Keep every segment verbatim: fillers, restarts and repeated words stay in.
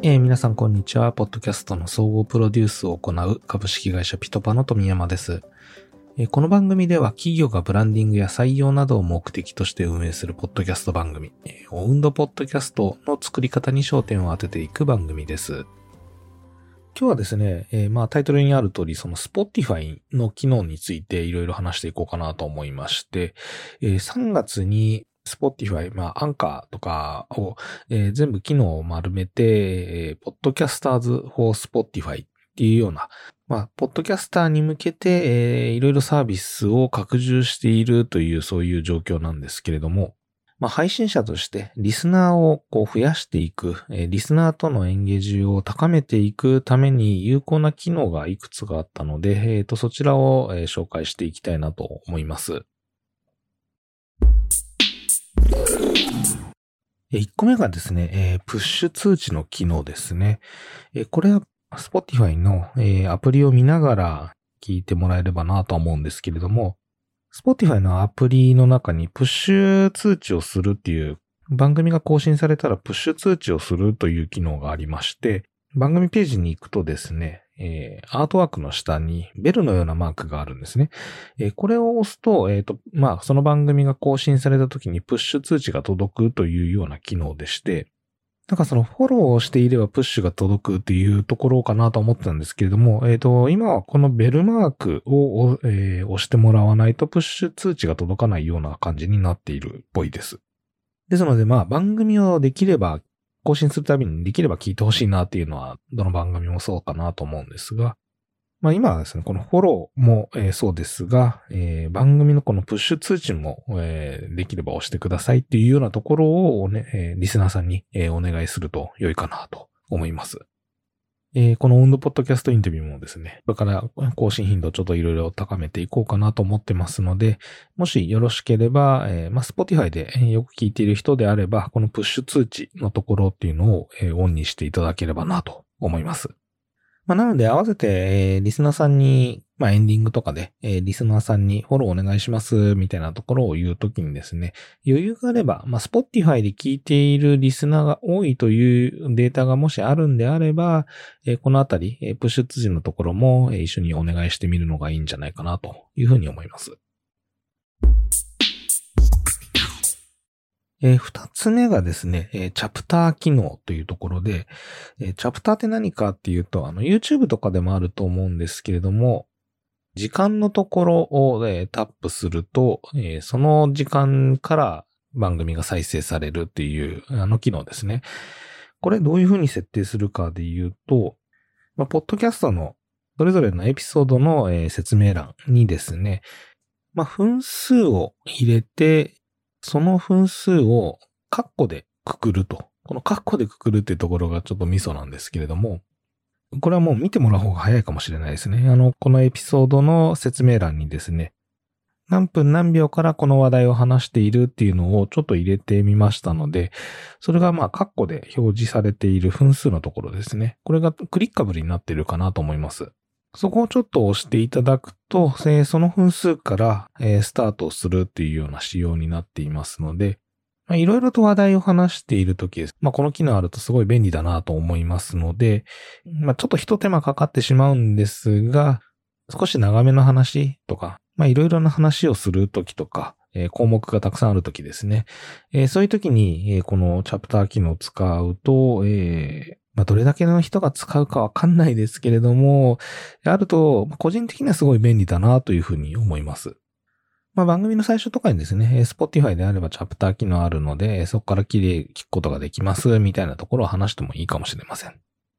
えー、皆さんこんにちは。ポッドキャストの総合プロデュースを行う株式会社ピトパの富山です。えー、この番組では企業がブランディングや採用などを目的として運営するポッドキャスト番組、えー、オウンドポッドキャストの作り方に焦点を当てていく番組です。今日はですね、えー、まあタイトルにある通り、その Spotify の機能についていろいろ話していこうかなと思いまして、えー、さんがつにSpotify、まあ、アンカーとかを、えー、全部機能を丸めて、えー、Podcasters for Spotify っていうような、まあ、ポッドキャスターに向けて、えー、いろいろサービスを拡充しているという、そういう状況なんですけれども、まあ、配信者としてリスナーをこう増やしていく、えー、リスナーとのエンゲージを高めていくために有効な機能がいくつかあったので、えーと、そちらを、えー、紹介していきたいなと思います。いっこめがですね、えー、プッシュ通知の機能ですね。えー、これは Spotify の、えー、アプリを見ながら聞いてもらえればなと思うんですけれども、Spotify のアプリの中にプッシュ通知をするっていう、番組が更新されたらプッシュ通知をするという機能がありまして、番組ページに行くとですね、えー、アートワークの下にベルのようなマークがあるんですね。えー、これを押すと、えっと、まあ、その番組が更新された時にプッシュ通知が届くというような機能でして、なんかそのフォローをしていればプッシュが届くっていうところかなと思ってたんですけれども、えっと、今はこのベルマークを、えー、押してもらわないとプッシュ通知が届かないような感じになっているっぽいです。ですので、まあ、番組をできれば、更新するたびにできれば聞いてほしいなっていうのは、どの番組もそうかなと思うんですが、まあ今はですね、このフォローも、えー、そうですが、えー、番組のこのプッシュ通知も、えー、できれば押してくださいっていうようなところをね、えー、リスナーさんに、えー、お願いすると良いかなと思います。えー、このオウンドポッドキャストインタビューもですね、これから更新頻度をちょっといろいろ高めていこうかなと思ってますので、もしよろしければ、えー、まあ、Spotify でよく聞いている人であれば、このプッシュ通知のところっていうのを、えー、オンにしていただければなと思います。まあ、なので合わせて、えー、リスナーさんに、まあ、エンディングとかで、えー、リスナーさんにフォローお願いします、みたいなところを言うときにですね、余裕があれば、まあ、Spotify で聞いているリスナーが多いというデータがもしあるんであれば、えー、このあたり、えー、プッシュ通知のところも、えー、一緒にお願いしてみるのがいいんじゃないかなというふうに思います。えー、二つ目がですね、えー、チャプター機能というところで、えー、チャプターって何かっていうと、あの、YouTube とかでもあると思うんですけれども、時間のところを、えー、タップすると、えー、その時間から番組が再生されるっていう、あの機能ですね。これどういうふうに設定するかで言うと、まあ、ポッドキャストのそれぞれのエピソードの、えー、説明欄にですね、まあ、分数を入れて、その分数をカッコでくくると。このカッコでくくるっていうところがちょっとミソなんですけれども、これはもう見てもらう方が早いかもしれないですね。あの、このエピソードの説明欄にですね、何分何秒からこの話題を話しているっていうのをちょっと入れてみましたので、それがまあカッコで表示されている分数のところですね。これがクリッカブルになっているかなと思います。そこをちょっと押していただくと、その分数からスタートするっていうような仕様になっていますので、いろいろと話題を話しているときです。まあ、この機能あるとすごい便利だなと思いますので、まあ、ちょっと一手間かかってしまうんですが、少し長めの話とか、まあ、いろいろな話をするときとか、えー、項目がたくさんあるときですね。えー、そういうときに、えー、このチャプター機能を使うと、えーまあ、どれだけの人が使うかわかんないですけれども、あると、個人的にはすごい便利だなというふうに思います。まあ、番組の最初とかにですね、Spotify であればチャプター機能あるので、そこから綺麗に聞くことができます、みたいなところを話してもいいかもしれません。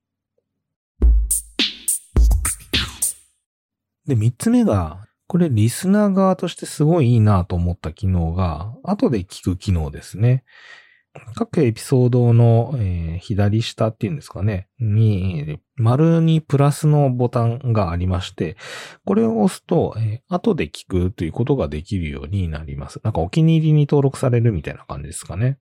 で、三つ目が、これリスナー側としてすごいいいなと思った機能が、後で聞く機能ですね。各エピソードの、えー、左下っていうんですかね、に、丸にプラスのボタンがありまして、これを押すと、えー、後で聞くということができるようになります。なんかお気に入りに登録されるみたいな感じですかね。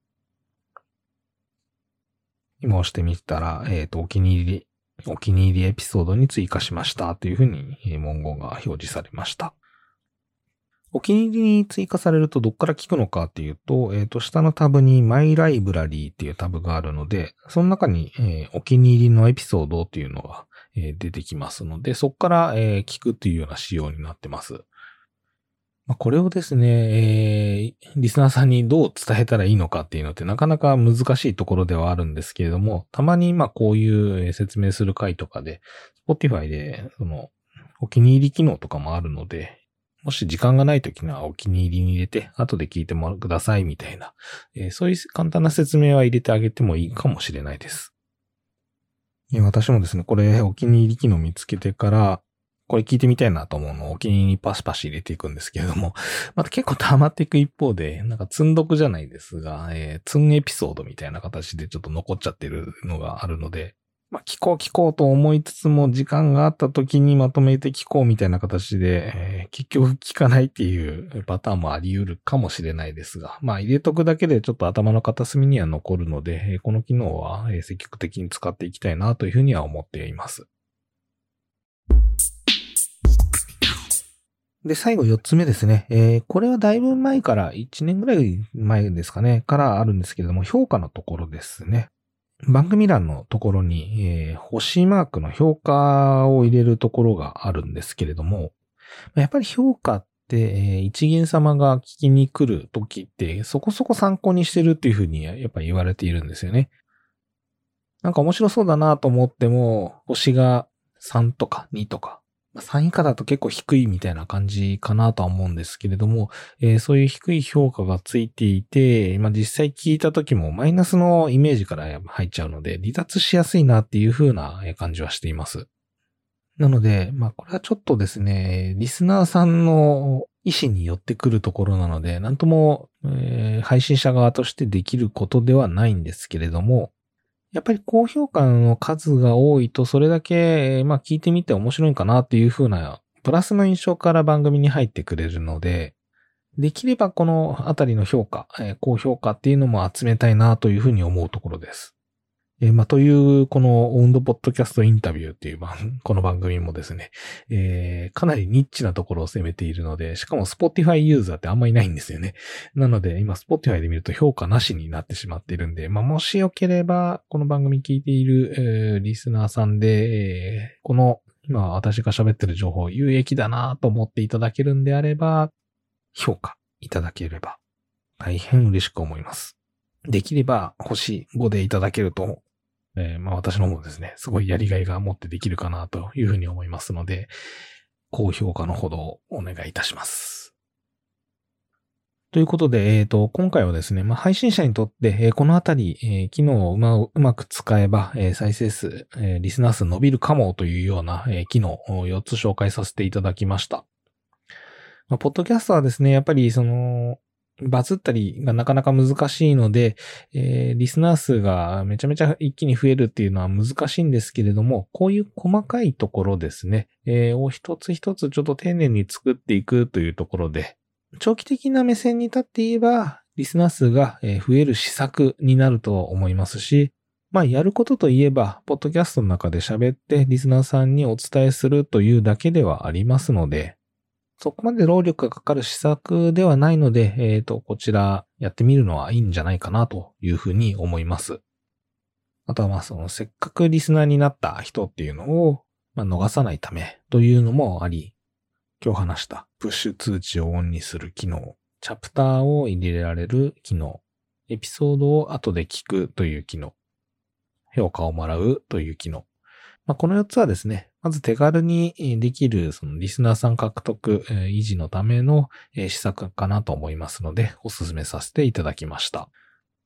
今押してみたら、えっと、お気に入り、お気に入りエピソードに追加しましたというふうに文言が表示されました。 お気に入りに追加されるとどっから聞くのかっていうと、えっと、下のタブに My Library っていうタブがあるので、その中に、えー、お気に入りのエピソードっていうのが、えー、出てきますので、そこから、えー、聞くっていうような仕様になってます。まあ、これをですね、えー、リスナーさんにどう伝えたらいいのかっていうのってなかなか難しいところではあるんですけれども、たまにまあこういう説明する回とかで、Spotify でそのお気に入り機能とかもあるので、もし時間がないときにはお気に入りに入れて、後で聞いてもくださいみたいな、えー、そういう簡単な説明は入れてあげてもいいかもしれないです。私もですね、これお気に入り機能見つけてから、これ聞いてみたいなと思うのをお気に入りにパシパシ入れていくんですけれども、また結構溜まっていく一方で、なんか積んどくじゃないですが、えー、積んエピソードみたいな形でちょっと残っちゃってるのがあるので、まあ、聞こう聞こうと思いつつも時間があった時にまとめて聞こうみたいな形で、えー、結局聞かないっていうパターンもあり得るかもしれないですが、まあ入れとくだけでちょっと頭の片隅には残るので、この機能は積極的に使っていきたいなというふうには思っています。で、最後よっつめですね。えー、これはだいぶ前から、いちねんぐらい前ですかね、からあるんですけれども、評価のところですね。番組欄のところに、えー、星マークの評価を入れるところがあるんですけれども、やっぱり評価って、えー、一元様が聞きに来るときって、そこそこ参考にしてるっていうふうにやっぱり言われているんですよね。なんか面白そうだなと思っても、星がさんとかにとか、さん以下だと結構低いみたいな感じかなとは思うんですけれども、えー、そういう低い評価がついていて、まあ、実際聞いた時もマイナスのイメージから入っちゃうので、離脱しやすいなっていう風な感じはしています。なので、まあこれはちょっとですね、リスナーさんの意思によってくるところなので、なんとも、えー、配信者側としてできることではないんですけれども、やっぱり高評価の数が多いと、それだけ、まあ聞いてみて面白いかなっていう風な、プラスの印象から番組に入ってくれるので、できればこのあたりの評価、えー、高評価っていうのも集めたいなという風に思うところです。えー、まあという、このオウンドポッドキャストインタビューっていう番、この番組もですね、えー、かなりニッチなところを攻めているので、しかも Spotify ユーザーってあんまりいないんですよね。なので今 Spotify で見ると評価なしになってしまっているんで、まあもしよければ、この番組聞いている、えー、リスナーさんで、えー、この今私が喋ってる情報有益だなと思っていただけるんであれば、評価いただければ大変嬉しく思います。できれば星ごでいただけると、えー、まあ私の方もですね、すごいやりがいが持ってできるかなというふうに思いますので、高評価のほどお願いいたします。ということで、えっと、今回はですね、まあ配信者にとって、えー、このあたり、えー、機能をうまうまく使えば、えー、再生数、えー、リスナー数伸びるかもというような、えー、機能をよっつ紹介させていただきました。まあ、ポッドキャストはですね、やっぱりその、バズったりがなかなか難しいので、えー、リスナー数がめちゃめちゃ一気に増えるっていうのは難しいんですけれども、こういう細かいところですね、えー、を一つ一つちょっと丁寧に作っていくというところで、長期的な目線に立って言えば、リスナー数が増える施策になると思いますし、まあやることといえば、ポッドキャストの中で喋ってリスナーさんにお伝えするというだけではありますので、そこまで労力がかかる施策ではないので、えっと、こちらやってみるのはいいんじゃないかなというふうに思います。あとはまあそのせっかくリスナーになった人っていうのを、まあ、逃さないためというのもあり、今日話したプッシュ通知をオンにする機能、チャプターを入れられる機能、エピソードを後で聞くという機能、評価をもらうという機能。まあ、このよっつはですね、まず手軽にできるそのリスナーさん獲得、えー、維持のための、えー、施策かなと思いますので、お勧めさせていただきました。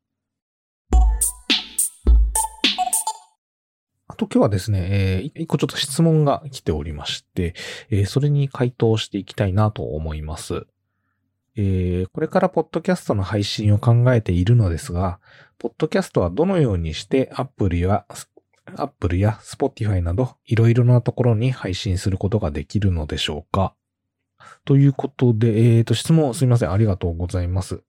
あと今日はですね、えー、一個ちょっと質問が来ておりまして、えー、それに回答していきたいなと思います。えー、これからポッドキャストの配信を考えているのですが、ポッドキャストはどのようにして Apple やApple や Spotify などいろいろなところに配信することができるのでしょうかということで、えーと、質問すみません。ありがとうございます。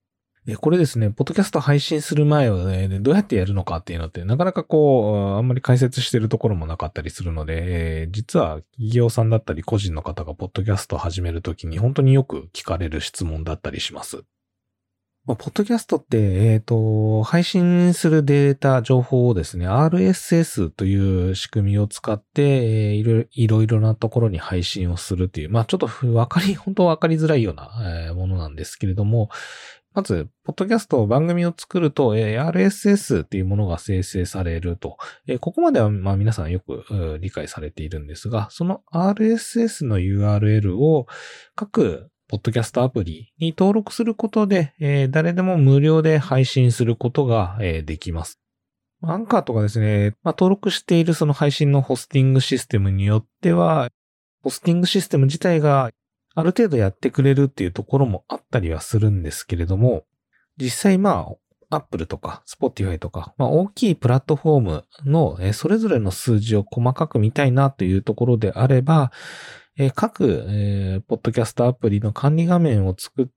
えこれですね、ポッドキャスト配信する前はね、どうやってやるのかっていうのって、なかなかこう、あんまり解説してるところもなかったりするので、えー、実は企業さんだったり個人の方がポッドキャストを始めるときに本当によく聞かれる質問だったりします。まあ、ポッドキャストって、えっと、配信するデータ、情報をですね、アールエスエス という仕組みを使って、えー、いろいろいろなところに配信をするという、まあ、ちょっとわかり、本当わかりづらいような、えー、ものなんですけれども、まず、ポッドキャスト番組を作ると、えー、アールエスエス っていうものが生成されると。えー、ここまでは、まあ、皆さんよく理解されているんですが、その アールエスエス の ユーアールエル を各ポッドキャストアプリに登録することで、えー、誰でも無料で配信することが、えー、できます。アンカーとかですね、まあ、登録しているその配信のホスティングシステムによっては、ホスティングシステム自体がある程度やってくれるっていうところもあったりはするんですけれども、実際まあ、Apple とか Spotify とか、まあ大きいプラットフォームのそれぞれの数字を細かく見たいなというところであれば、各、えー、ポッドキャストアプリの管理画面を作って、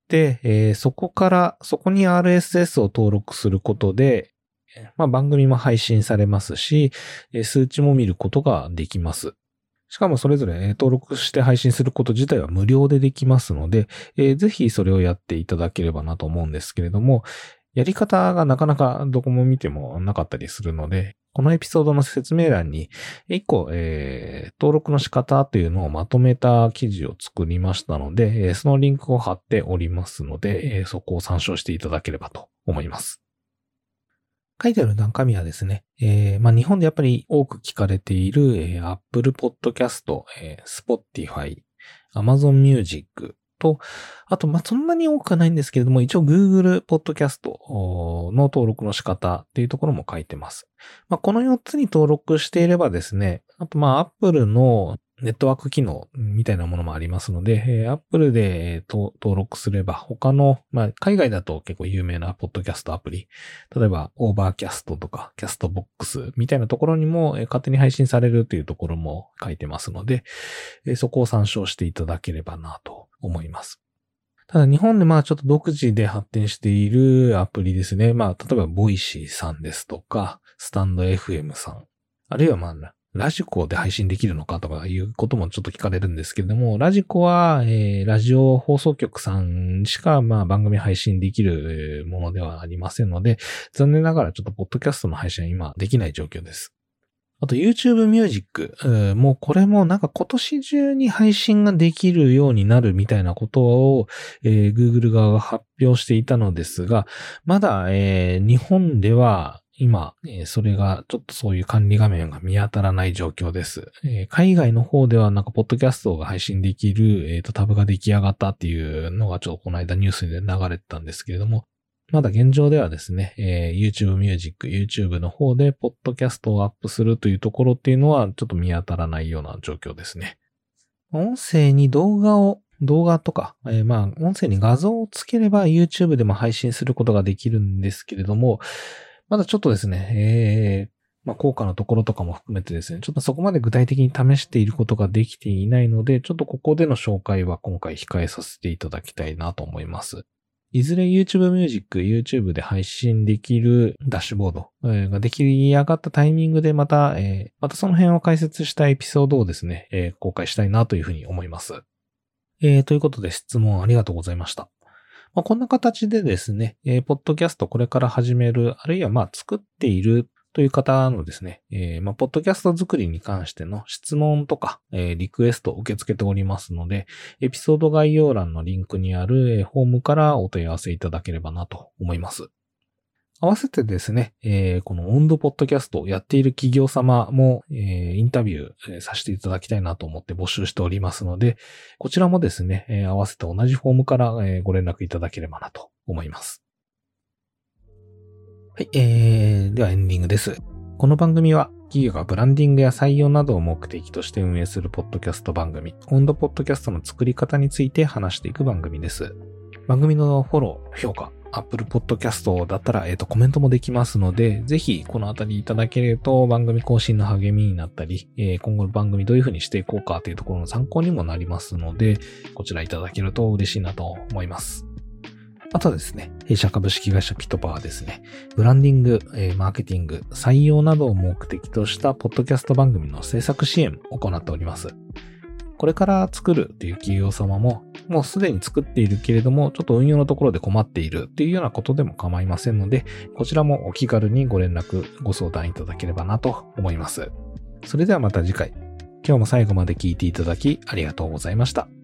えー、そこから、そこに アールエスエス を登録することで、まあ番組も配信されますし、数値も見ることができます。しかもそれぞれ登録して配信すること自体は無料でできますので、えー、ぜひそれをやっていただければなと思うんですけれども、やり方がなかなかどこも見てもなかったりするので、このエピソードの説明欄に一個、えー、登録の仕方というのをまとめた記事を作りましたので、そのリンクを貼っておりますので、そこを参照していただければと思います。書いてある中身はですね、えー、まあ日本でやっぱり多く聞かれている、えー、Apple Podcast、えー、Spotify、Amazon Music と、あとまあそんなに多くはないんですけれども、一応 Google Podcast の登録の仕方っていうところも書いてます。まあこのよっつに登録していればですね、あとまあ Apple のネットワーク機能みたいなものもありますので、えー、Apple で、えー、登録すれば他の、まあ、海外だと結構有名なポッドキャストアプリ、例えば Overcast とか Castbox みたいなところにも、えー、勝手に配信されるというところも書いてますので、えー、そこを参照していただければなと思います。ただ日本でまあちょっと独自で発展しているアプリですね。まあ例えば Voicy さんですとか、スタンド エフエム さん、あるいはまあラジコで配信できるのかとかいうこともちょっと聞かれるんですけれども、ラジコは、えー、ラジオ放送局さんしかまあ番組配信できるものではありませんので、残念ながらちょっとポッドキャストの配信は今できない状況です。あと YouTube Music、もうこれもなんか今年中に配信ができるようになるみたいなことを、えー、Google 側が発表していたのですが、まだ、えー、日本では今、えー、それがちょっとそういう管理画面が見当たらない状況です。えー、海外の方ではなんかポッドキャストが配信できる、えーと、タブが出来上がったっていうのがちょっとこの間ニュースで流れてたんですけれども、まだ現状ではですね、えー、YouTube Music、YouTube の方でポッドキャストをアップするというところっていうのはちょっと見当たらないような状況ですね。音声に動画を、動画とか、えー、まあ音声に画像をつければ YouTube でも配信することができるんですけれども、まだちょっとですね、えー、まあ効果のところとかも含めてですね、ちょっとそこまで具体的に試していることができていないので、ちょっとここでの紹介は今回控えさせていただきたいなと思います。いずれ YouTube Music、YouTube で配信できるダッシュボードが出来上がったタイミングでまた、えー、またその辺を解説したエピソードをですね、えー、公開したいなというふうに思います。えー、ということで質問ありがとうございました。まあ、こんな形でですね、えー、ポッドキャストこれから始める、あるいはまあ作っているという方のですね、えー、まあ、ポッドキャスト作りに関しての質問とか、えー、リクエストを受け付けておりますので、エピソード概要欄のリンクにある、えー、フォームからお問い合わせいただければなと思います。合わせてですね、えー、この温度ポッドキャストをやっている企業様も、えー、インタビューさせていただきたいなと思って募集しておりますので、こちらもですね、えー、合わせて同じフォームから、えー、ご連絡いただければなと思います。はい、えー、ではエンディングです。この番組は企業がブランディングや採用などを目的として運営するポッドキャスト番組、温度ポッドキャストの作り方について話していく番組です。番組のフォロー、評価、Apple Podcast だったら、えっと、コメントもできますので、ぜひこのあたりいただけると番組更新の励みになったり、えー、今後の番組どういう風にしていこうかというところの参考にもなりますので、こちらいただけると嬉しいなと思います。 あとはですね、弊社株式会社ピトパはですね、ブランディング、えー、マーケティング、採用などを目的としたポッドキャスト番組の制作支援を行っております。これから作るという企業様も、もうすでに作っているけれども、ちょっと運用のところで困っているというようなことでも構いませんので、こちらもお気軽にご連絡、ご相談いただければなと思います。それではまた次回。今日も最後まで聞いていただきありがとうございました。